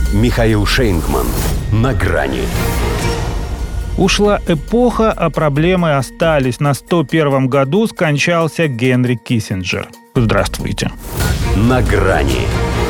Михаил Шейнгман. На грани. Ушла эпоха, а проблемы остались. На 101-м году скончался Генри Киссинджер. Здравствуйте. На грани.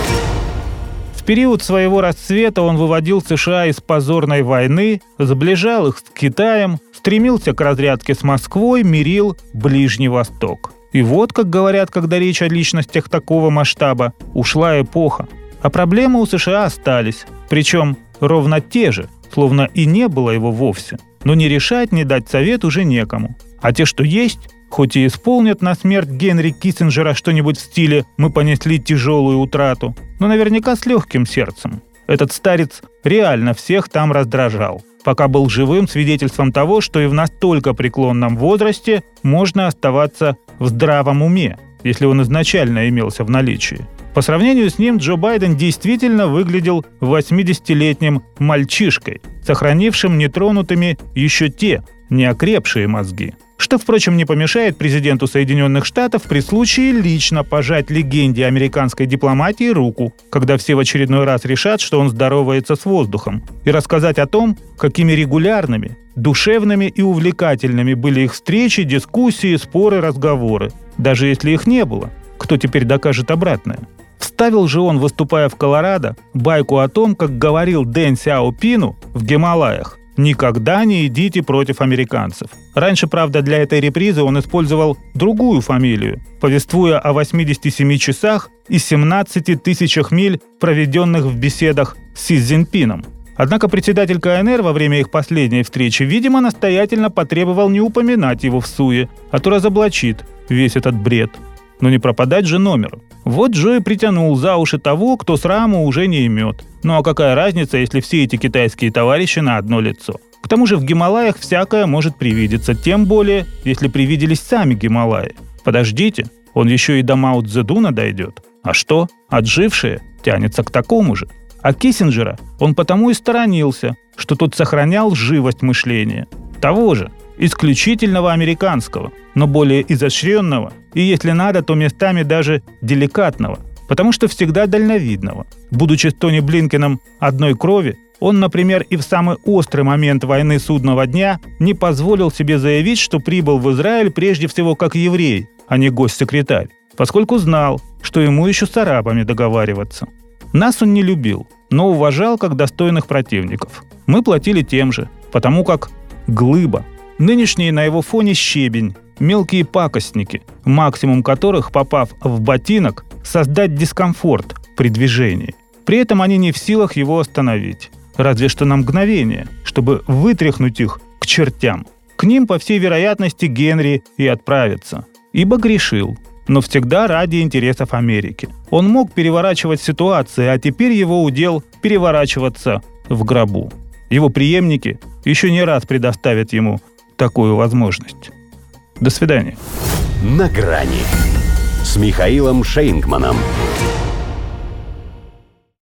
В период своего расцвета он выводил США из позорной войны, сближал их с Китаем, стремился к разрядке с Москвой, мирил Ближний Восток. И вот, как говорят, когда речь о личностях такого масштаба, ушла эпоха. А проблемы у США остались. Причем ровно те же, словно и не было его вовсе. Но ни решать, ни дать совет уже некому. А те, что есть, хоть и исполнят на смерть Генри Киссинджера что-нибудь в стиле «мы понесли тяжелую утрату», но наверняка с легким сердцем. Этот старец реально всех там раздражал, пока был живым свидетельством того, что и в настолько преклонном возрасте можно оставаться в здравом уме, если он изначально имелся в наличии. По сравнению с ним Джо Байден действительно выглядел 80-летним мальчишкой, сохранившим нетронутыми еще те неокрепшие мозги. Что, впрочем, не помешает президенту Соединенных Штатов при случае лично пожать легенде американской дипломатии руку, когда все в очередной раз решат, что он здоровается с воздухом, и рассказать о том, какими регулярными, душевными и увлекательными были их встречи, дискуссии, споры, разговоры. Даже если их не было, кто теперь докажет обратное? Вставил же он, выступая в Колорадо, байку о том, как говорил Дэн Сяопину в Гималаях: «Никогда не идите против американцев». Раньше, правда, для этой репризы он использовал другую фамилию, повествуя о 87 часах и 17 тысячах миль, проведенных в беседах с Си Цзиньпином. Однако председатель КНР во время их последней встречи, видимо, настоятельно потребовал не упоминать его в суе, а то разоблачит весь этот бред. Но не пропадать же номеру. Вот Джо и притянул за уши того, кто сраму уже не имет. Ну а какая разница, если все эти китайские товарищи на одно лицо? К тому же в Гималаях всякое может привидеться, тем более, если привиделись сами Гималаи. Подождите, он еще и до Мао Цзэдуна дойдет. А что? Отжившее тянется к такому же. А Киссинджера он потому и сторонился, что тот сохранял живость мышления. Того же, исключительного американского, но более изощренного и, если надо, то местами даже деликатного, потому что всегда дальновидного. Будучи с Тони Блинкеном одной крови, он, например, и в самый острый момент войны судного дня не позволил себе заявить, что прибыл в Израиль прежде всего как еврей, а не госсекретарь, поскольку знал, что ему еще с арабами договариваться. Нас он не любил, но уважал как достойных противников. Мы платили тем же, потому как глыба. Нынешние на его фоне щебень, мелкие пакостники, максимум которых, попав в ботинок, создать дискомфорт при движении. При этом они не в силах его остановить. Разве что на мгновение, чтобы вытряхнуть их к чертям. К ним, по всей вероятности, Генри и отправится. Ибо грешил, но всегда ради интересов Америки. Он мог переворачивать ситуации, а теперь его удел переворачиваться в гробу. Его преемники еще не раз предоставят ему такую возможность. До свидания. На грани с Михаилом Шейнгманом.